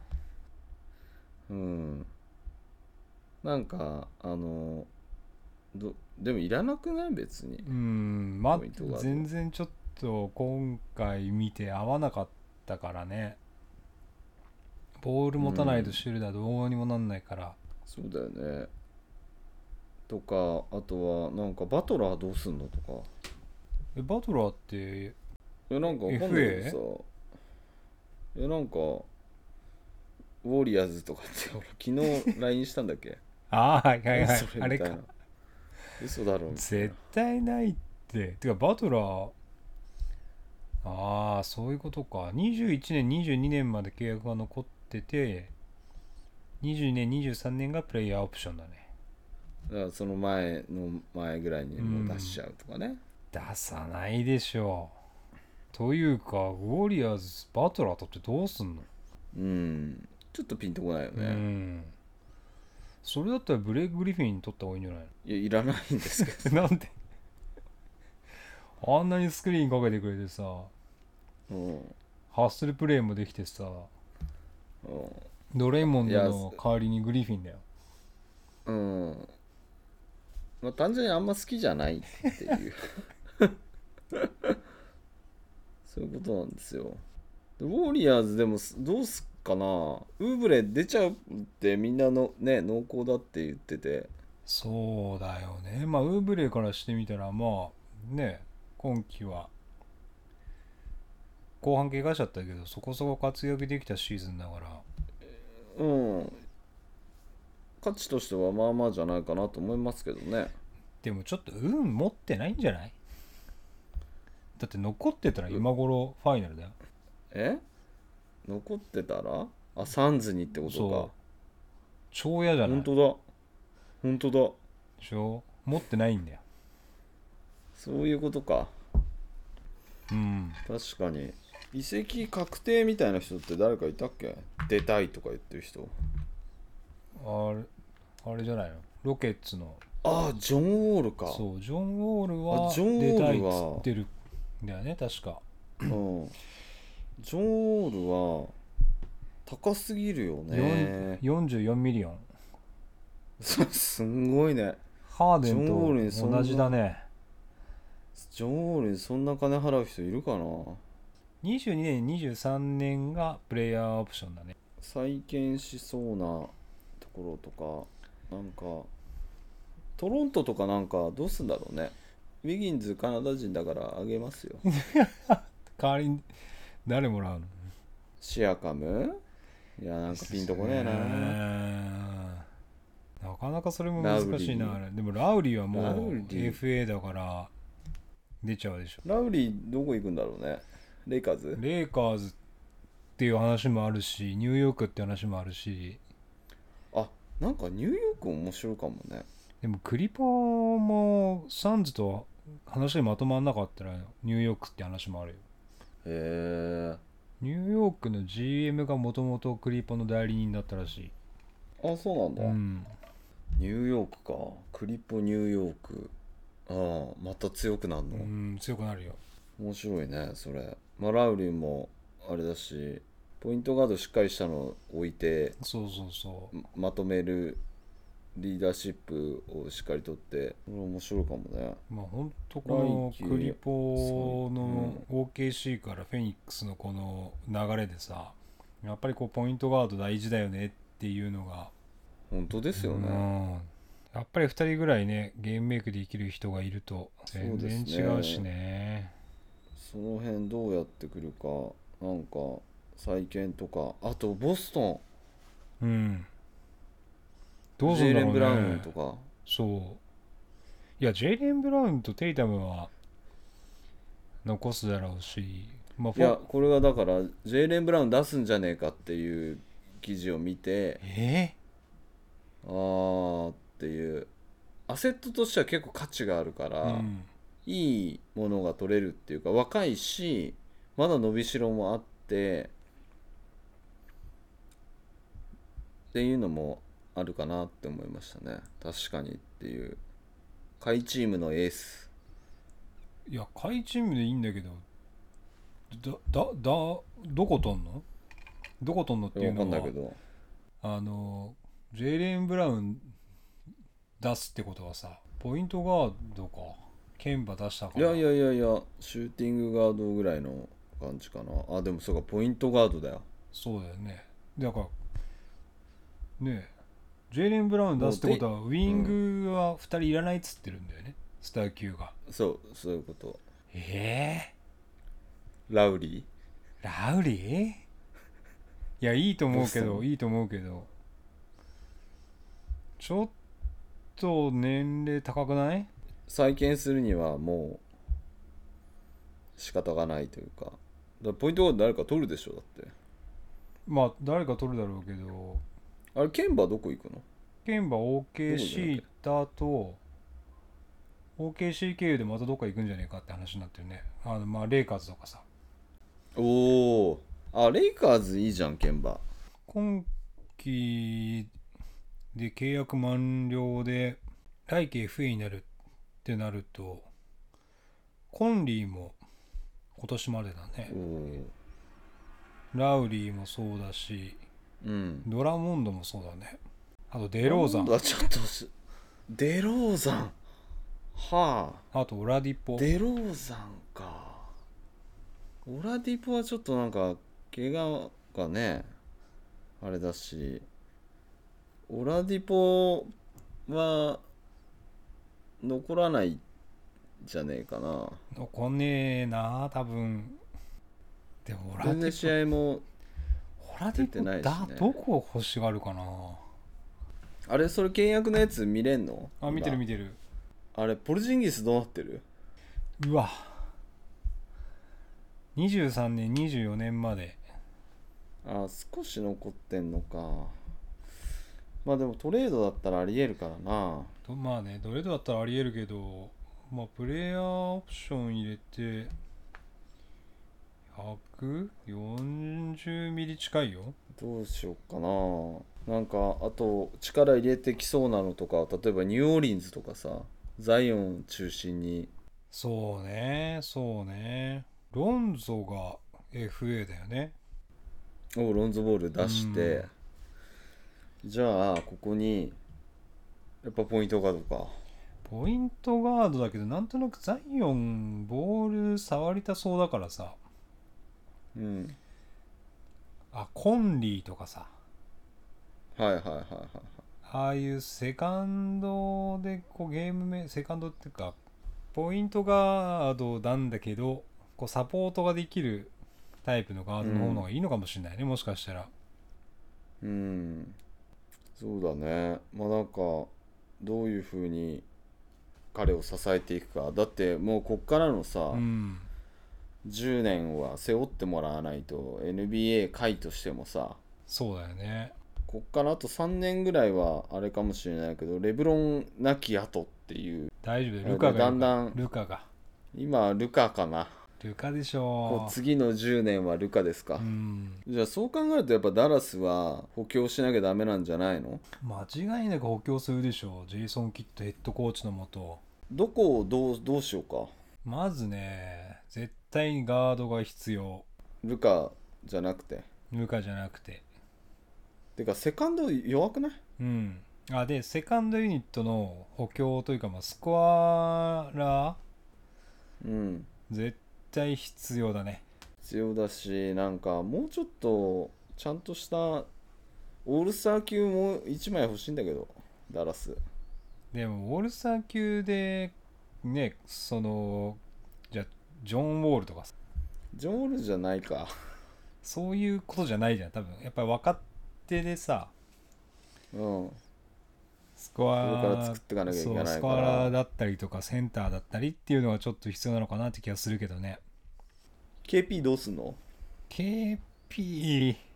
うんなんかあのどでもいらなくない別に。 うんまあポイントガード全然ちょっと今回見て合わなかったからね。ボール持たないとシュルダーどうにもなんないから、 そうだよね。とかあとはなんかバトラーどうすんのとか。 えバトラーっていやなんかわかんないけどさ、いやなんかウォリアーズとかって俺昨日 ライン したんだっけああはいはいはいそれあれかみたいな。嘘だろみたいな。 絶対ないって。てかバトラーああそういうことか。にじゅういちねんにじゅうにねんまで契約が残っててにじゅうにねんにじゅうさんねんがプレイヤーオプションだね。 だからその前の前ぐらいにもう出しちゃうとかね、 出さないでしょう。というかウォリアーズバトラー取ってどうすんの。 うん、ちょっとピンとこないようね。 ん。それだったらブレイク・グリフィン取った方がいいんじゃないいやいらないんですけのなんであんなにスクリーンかけてくれてさ、 ど、うんハッスルプレイもできてさ、 うドレイモンいやドの代わりにグリフィンだよ。 ん、うん、まあ単純にあんま好きじゃないっていうそういうことなんですよ。ウォリアーズでもどうすっかな。ウーブレ出ちゃうってみんなのね濃厚だって言ってて、 そうだよね。まあウーブレイからしてみたら、まあね、今季は後半怪我しちゃったけどそこそこ活躍できたシーズンだから。 うん、価値としてはまあまあじゃないかなと思いますけどね。 でもちょっと運持ってないんじゃない。だって残ってたら今頃ファイナルだよ。 え残ってたらあサンズにってことそうか。 超嫌じゃない本当だ本当だ、 でしょ。持ってないんだよ。 そういうことか。 うん確かに移籍確定みたいな人って誰かいたっけ。出たいとか言ってる人。 あれあれじゃないの、ロケッツの。 ああジョン・ウォールか。 そうジョン・ウォールはあジョンウォ出たいっールはつってるんだよね確か。 うんジョン・ウォールは高すぎるよね。 よんじゅうよんミリオン。 すんごいね。 ハーデンジョンウォールにそんなと同じだね。 ジョン・ウォールにそんな金払う人いるかな。 にじゅうにねんにじゅうさんねんがプレイヤーオプションだね。 再建しそうなところとか、なんかトロントとかなんかどうすんだろうね。ウィギンズカナダ人だからあげますよ。 代わりに誰もらうの。 シアカム。いやなんかピンとこねえな。 なかなかそれも難しいな。でもラウリーはもラウうリーエフエー だから出ちゃうでしょ。 ラウリーどこ行くんだろうね。レイカーズ。 レイカーズっていう話もあるし、ニューヨークって話もあるし。 あなんかニューヨーク面白いかもね。 でもクリパーもサンズと話まとまんなかったらニューヨークって話もあるよ。 へえ。 ニューヨークの ジーエム がもともとクリパの代理人だったらしい。 あそうなんだ、 うんニューヨークか。クリポニューヨーク。ああまた強くなるの、 うん、強くなるよ。 面白いねそれ。まあラウリーもあれだし、ポイントガードしっかりしたの置いてそうそうそまとめるリーダーシップをしっかりとって、これ面白いかもね。 う。まあほんとこ来季のクリポのうオーケーシー からフェニックスのこの流れでさ、やっぱりこうポイントガード大事だよねっていうのが本当ですようね。 ん、やっぱりふたりぐらいねゲームメイクできる人がいると全然違うしね。 その辺どうやってくるか。なんか再建とか、あとボストうんどン、 うするんだろうね。 ジェイレン・ブラウンとか。 そういやジェイレン・ブラウンとテイタムは残すだろうし、まあ、 いやこれがだからジェイレン・ブラウン出すんじゃねえかっていう記事を見て、 えあーっていう、アセットとしては結構価値があるから、 ー、うんいいものが取れるっていうか、若いしまだ伸びしろもあってっていうのもあるかなって思いましたね。確かにっていう、下位チームのエース。 いや下位チームでいいんだけど、だだだどこ取んのどこ取んのっていう分かのはんないけど、 あのジェイレン・ブラウン出すってことはさ、ポイントガードかケンバ出したかな。 いやいやいやいやシューティングガードぐらいの感じかな。あでもそうかポイントガードだよ。 そうだよね。だからねえジェイレン・ブラウン出すってことはウィングはふたりいらないっつってるんだよね、スター級が。 そうそういうこと。 えラウリー、ラウリーいやいいと思うけどうしたのどいいと思うけどちょっと年齢高くない？ ー再建するにはもう仕方がないというか、だからポイントガード誰か取るでしょ。だってまあ誰か取るだろうけど、 あれケンバどこ行くの。 ケンバ オーケーシー 行った後 オーケーシー 経由でまたどっか行くんじゃねえかって話になってるね。あのまあレイカーズとかさ。 おお、あ、レイカーズいいじゃん、ケンバ。 今季で契約満了で来季 エフエー になるってなるとコンリーも今年までだね。 おお、 ラウリーもそうだし、 うん。 ドラモンドもそうだね。あとデローザン、 今度はちょっとしデローザン。はあ。 あとオラディポ。 デローザンか。オラディポはちょっとなんか怪我がねあれだし、オラディポは残らないんじゃねえかな。 残んねえな多分。でもオラディポ全然試合もオラディ出てないしねポだどこ欲しがるかな。 あれ、それ契約のやつ見れんの？ あ見てる今見てる。 あれ、ポルジンギスどうなってる？ うわにじゅうさんねんにじゅうよねんまで。 あ、少し残ってんのか。まあでもトレードだったらありえるからな。 とまあねどれだったらありえるけど、まあプレイヤーオプション入れてひゃくよんじゅうミリ近いよ。 どうしようかな。なんかあと力入れてきそうなのとか、例えばニューオーリンズとかさ、ザイオン中心に。 そうねそうねロンゾが エフエー だよね。 をロンズボール出して、じゃあここにやっぱポイントガードか。 ポイントガードだけどなんとなくザイオンボール触りたそうだからさ。 うん。 あコンリーとかさ、 はいはいはいはいはい。 ああいうセカンドでこうゲームめセカンドっていうかポイントガードなんだけどこうサポートができるタイプのガードの方がいいのかもしれないね、もしかしたら。 うん、そうだね。まあなんかどういうふうに彼を支えていくか。だってもうこっからのさ、 うんじゅうねんは背負ってもらわないと エヌビーエー 界としてもさ、 そうだよね。 こっからあとさんねんぐらいはあれかもしれないけど、レブロン亡き後っていう、 大丈夫だよルカがいるから。 だんだんルカが今ルカかな。 ルカでしこうょ次のじゅうねんはルカですか。 う。うんじゃあそう考えるとやっぱダラスは補強しなきゃダメなんじゃないの？ 間違いなく補強するでしょうジェイソン・キッドヘッドコーチのもと。 どこをどうどうしようか。 まずね絶対ガードが必要。 ルカじゃなくて。 ルカじゃなくて。 てかセカンド弱くない？ うんあでセカンドユニットの補強というか、まあ、スコアラーうん絶対必要だね。 必要だし、なんかもうちょっとちゃんとしたオールスター級もいちまい欲しいんだけど、ダラス。 でもオールスター級でねそのじゃあジョン・ウォールとかさジョン・ウォールじゃないか。 そういうことじゃないじゃん多分。やっぱり若手でさうんスコアこれから作っていかなきゃいけないから。 そうスコアラーだったりとかセンターだったりっていうのがちょっと必要なのかなって気がするけどね。 ケーピー どうすんの？ ケーピー い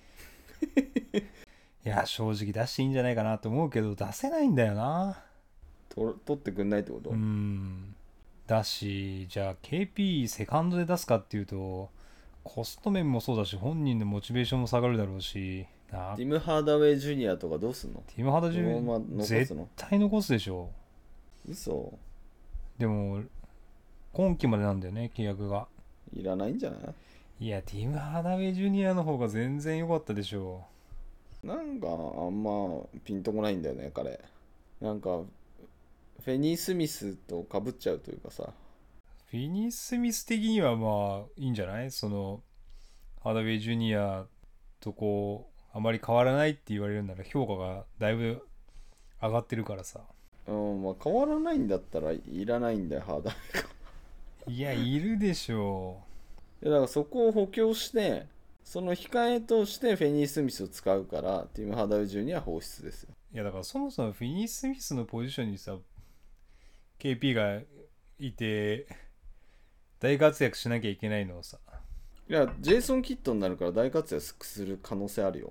や正直出していいんじゃないかなと思うけど出せないんだよな。 と取ってくんないってこと？ うんだしじゃあ ケーピー セカンドで出すかっていうとコスト面もそうだし本人のモチベーションも下がるだろうしな。 ティム・ハーダウェイ・ジュニアとかどうすんの？ ティム・ハーダジこのままュ残す絶の？ 対残すでしょ。 嘘？ でも今季までなんだよね契約が。 いらないんじゃない？ いやティム・ハーダウェイ・ジュニアの方が全然良かったでしょなんかあんまピンとこないんだよね彼。なんかフェニー・スミスとかぶっちゃうというかさ。 フィニー・スミス的にはまあいいんじゃない。そのハーダウェイ・ジュニアとこうあまり変わらないって言われるなら評価がだいぶ上がってるからさ。 うんまあ変わらないんだったらいらないんだよハーダウェイが。 いやいるでしょいやだからそこを補強してその控えとしてフェニー・スミスを使うからティム・ハーダウェイ・ジュニア放出ですよ。 う。いやだからそもそもフィニー・スミスのポジションにさ ケーピー がいて大活躍しなきゃいけないのをさ。 いやジェイソン・キッドになるから大活躍する可能性あるよ。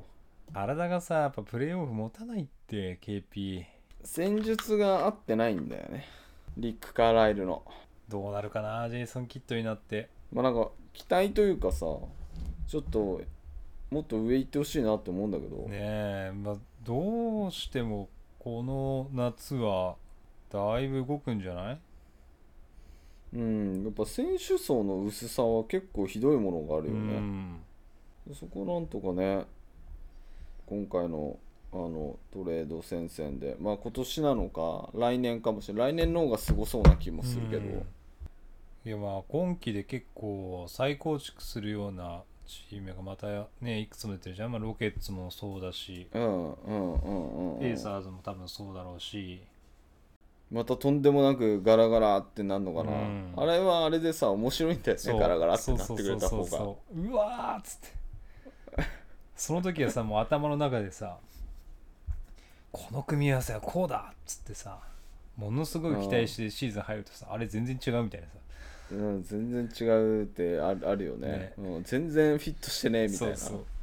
体がさやっぱプレーオフ持たないって ケーピー。 戦術が合ってないんだよね、リック・カーライルの。 どうなるかなジェイソン・キッドになって。 まあなんか期待というかさ、ちょっともっと上行ってほしいなって思うんだけど、 ねえ、まあ、どうしてもこの夏はだいぶ動くんじゃない？ うん、やっぱ選手層の薄さは結構ひどいものがあるうよね。 ん。 そこなんとかね、今回のあのトレード戦線で、まあ今年なのか来年かもしれない、来年の方がすごそうな気もするけど、 うんいやまあ今季で結構再構築するようなチームがまたねいくつも出てるじゃん、まあ、ロケッツもそうだしうんうんうんうんうん、 ペイサーズも多分そうだろうし。 またとんでもなくガラガラってなるのかな、 うん、 あれはあれでさ面白いんだよね、 そうガラガラってそうなってくそうそうそうれた方が。 そううわーっつってその時はさもう頭の中でさこの組み合わせはこうだっつってさものすごい期待してシーズン入るとさあれ全然違うみたいなさ。 うん、全然違うってある、あるよねねうん、全然フィットしてねえみたいな。 そうそう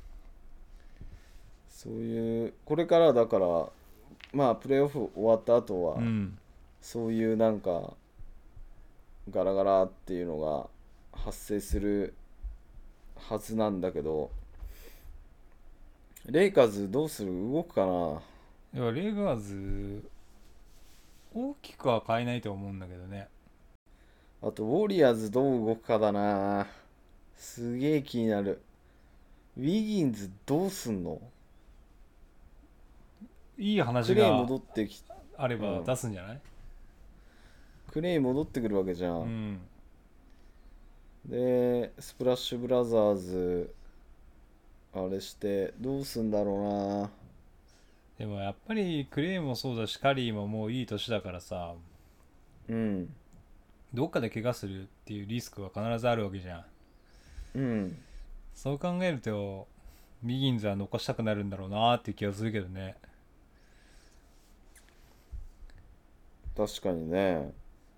そういうこれからだから、まあプレーオフ終わった後は、 うんそういうなんかガラガラっていうのが発生するはずなんだけど、レイカーズどうする、動くかな。 いやレイガーズ大きくは変えないと思うんだけどね。 あとウォリアーズどう動くかだな、すげえ気になる。ウィギンズどうすんの。 いい話クレイが戻ってき、 あればうん、 出すんじゃない？ クレイ戻ってくるわけじゃん。 うんでスプラッシュブラザーズあれしてどうすんだろうな。 でもやっぱりクレイもそうだしカリーももういい年だからさうんどっかで怪我するっていうリスクは必ずあるわけじゃん。 うんそう考えるとミギンズは残したくなるんだろうなっていう気がするけどね。 確かにね。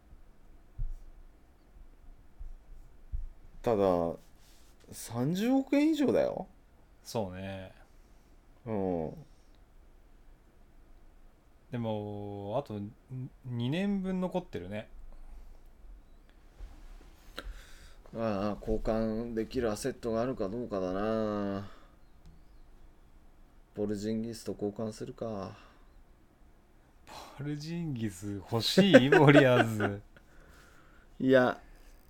たださんじゅうおくえん以上だよ。 そうね。 うんでもあとにねんぶん残ってるね。 ああ交換できるアセットがあるかどうかだな。ボルジンギスと交換するか。 パルジンギス欲しいウォリアーズ。 いや、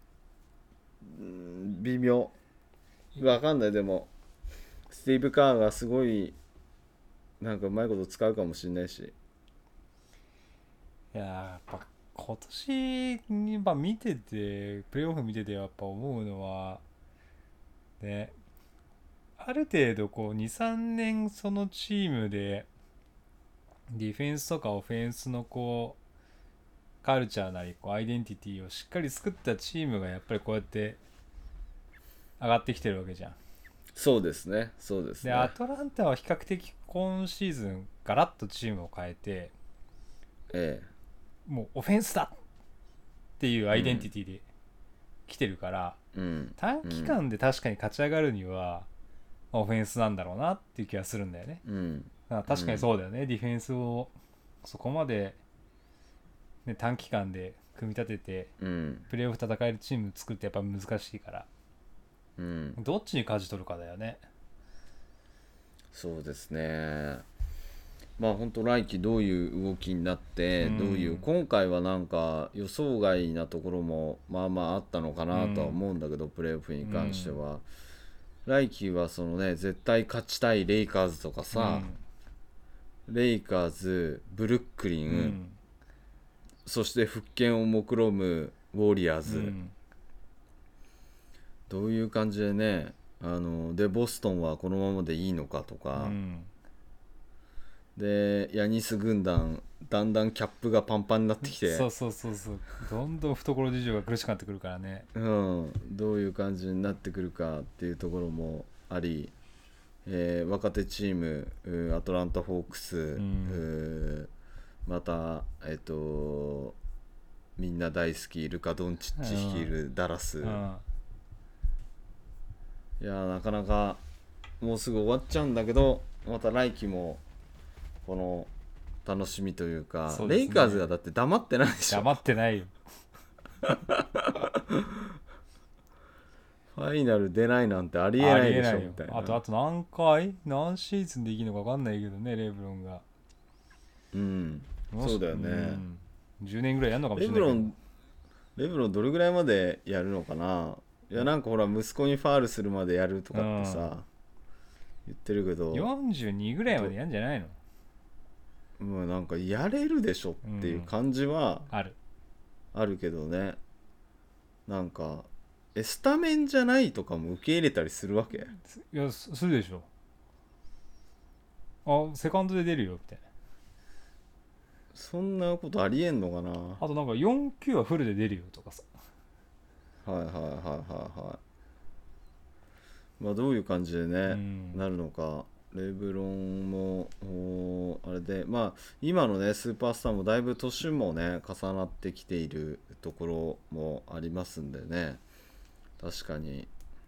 うん微妙。わかんない。でもスティーブ・カーがすごいなんかうまいこと使うかもしれないし。 いややっぱ今年にやっぱ見ててプレーオフ見ててやっぱ思うのはねある程度こうにさんねんそのチームでディフェンスとかオフェンスのこうカルチャーなりこうアイデンティティをしっかり作ったチームがやっぱりこうやって上がってきてるわけじゃん。 そうですねそうですね。 でアトランタは比較的今シーズンガラッとチームを変えてえもうオフェンスだっていうアイデンティティで来てるから、 えうん短期間で確かに勝ち上がるには、まあオフェンスなんだろうなっていう気がするんだよね。 うんだから確かにそうだよね、ディフェンスをそこまで、ね、短期間で組み立ててうんプレーオフ戦えるチーム作ってやっぱ難しいからうんどっちに舵取るかだよね。 そうですね。まあ本当来季どういう動きになって、 うんどういう今回はなんか予想外なところもまあまああったのかなとは思うんだけど、プレーオフに関しては、来季はそのね絶対勝ちたいレイカーズとかさ、レイカーズブルックリン、 うんうんそして復権を目論むウォリアーズ、 うんどういう感じでね、あのでボストンはこのままでいいのかとうか、 んでヤニス軍団だんだんキャップがパンパンになってきて、 そうそうそうそうどんどん懐事情が苦しくなってくるからね。 うん、どういう感じになってくるかっていうところもあり、えー若手チームうーアトランタ・ホークス、 んうーまたえっ、とみんな大好きルカ・ドンチッチ率いるダラス、 うんいやーなかなかもうすぐ終わっちゃうんだけどまた来季もこの楽しみというか、 そうですねレイカーズがだって黙ってないでしょ。 黙ってないよ。 ファイナル出ないなんてありえあないでりえないよしょみたいな。 あとあと何回何シーズンできるのか分かんないけどね、レブロンが。 うんもしそうだよね、 うんじゅうねんぐらいやるのかもしれないけど。 レブロンレブロンどれぐらいまでやるのかな。いやなんかほら息子にファールするまでやるとかってさ、言ってるけど、 よんじゅうにぐらいまでやんじゃないの。 もうなんかやれるでしょっていう感じはある。 あるけどね、なんかえスタメンじゃないとかも受け入れたりするわけ。 いやすするでしょ。あセカンドで出るよみたいそんなことありえんのかな。 な。あとなんかよん球はフルで出るよとかさ。 はいはいはいはいはい。まあどういう感じでね、 うん、 なるのか。レブロンもおあれで、まあ今のねスーパースターもだいぶ年もね重なってきているところもありますんでね、確かに。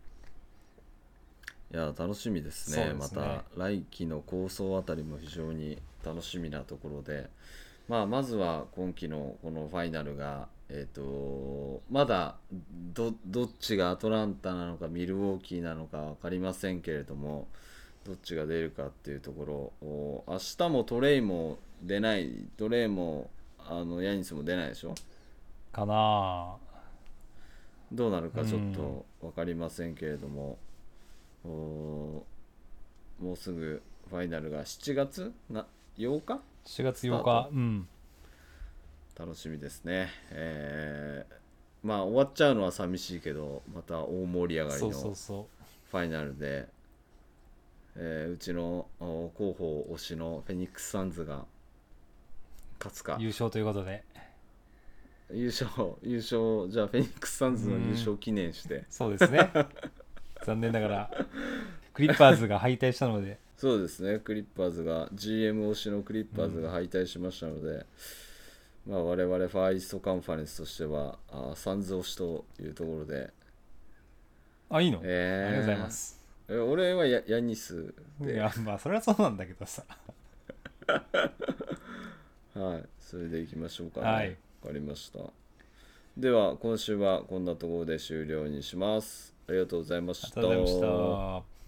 いや楽しみですね。 そうですね。 また来季の構想あたりも非常に楽しみなところで、まあ、まずは今季のこのファイナルが、えー、とまだ ど, どっちがアトランタなのかミルウォーキーなのか分かりませんけれども、どっちが出るかっていうところを、明日もトレイも出ない、トレイもあのヤニスも出ないでしょ。 かなどうなるかちょっと分かりませんけれども、おもうすぐファイナルがしちがつなようかしちがつようスタート。 かうん楽しみですね。えーまあ終わっちゃうのは寂しいけど、また大盛り上がりそのフうそうそァイナルで、えーうちのお候補推しのフェニックス・サンズが勝つか。 う優勝ということで。 優勝、優勝、じゃあフェニックス・サンズの優勝記念して。 そうですね残念ながらクリッパーズが敗退したので。 そうですね、クリッパーズが、ジーエム 推しのクリッパーズが敗退しましたので、まあ、我々ファーイーストカンファレンスとしてはあサンズ推しというところで、 あいいの、 えー、 ありがとうございます。 え俺はヤヤニスで、 いやまあそれはそうなんだけどさはい、それでいきましょうかね。 はいわかりました。では今週はこんなところで終了にします。ありがとうございました。 ありがとうございました。